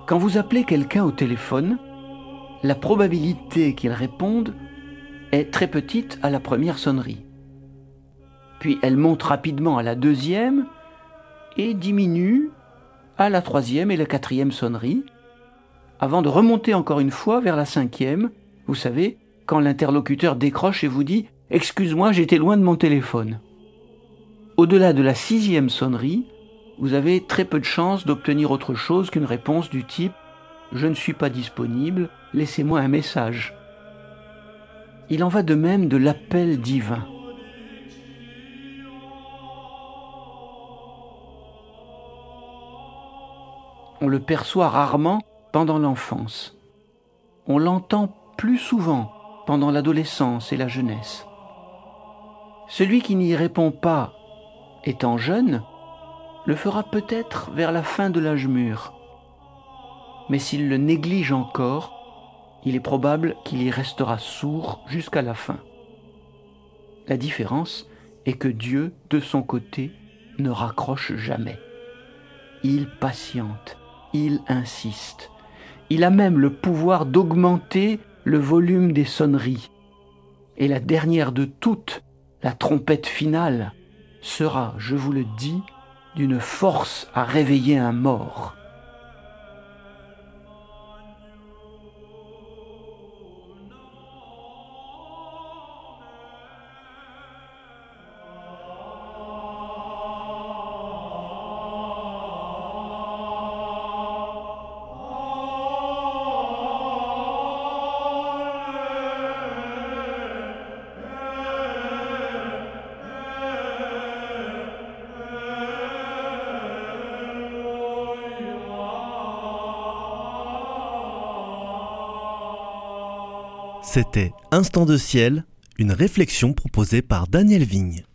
Quand vous appelez quelqu'un au téléphone, la probabilité qu'il réponde est très petite à la première sonnerie. Puis elle monte rapidement à la deuxième et diminue à la troisième et la quatrième sonnerie, avant de remonter encore une fois vers la cinquième, vous savez, quand l'interlocuteur décroche et vous dit « Excuse-moi, j'étais loin de mon téléphone ». Au-delà de la sixième sonnerie, vous avez très peu de chances d'obtenir autre chose qu'une réponse du type « Je ne suis pas disponible, laissez-moi un message ». Il en va de même de l'appel divin. On le perçoit rarement pendant l'enfance. On l'entend plus souvent pendant l'adolescence et la jeunesse. Celui qui n'y répond pas, étant jeune, le fera peut-être vers la fin de l'âge mûr. Mais s'il le néglige encore, il est probable qu'il y restera sourd jusqu'à la fin. La différence est que Dieu, de son côté, ne raccroche jamais. Il patiente, il insiste. Il a même le pouvoir d'augmenter le volume des sonneries. Et la dernière de toutes, la trompette finale, sera, je vous le dis, d'une force à réveiller un mort. C'était Instant de ciel, une réflexion proposée par Daniel Vigne.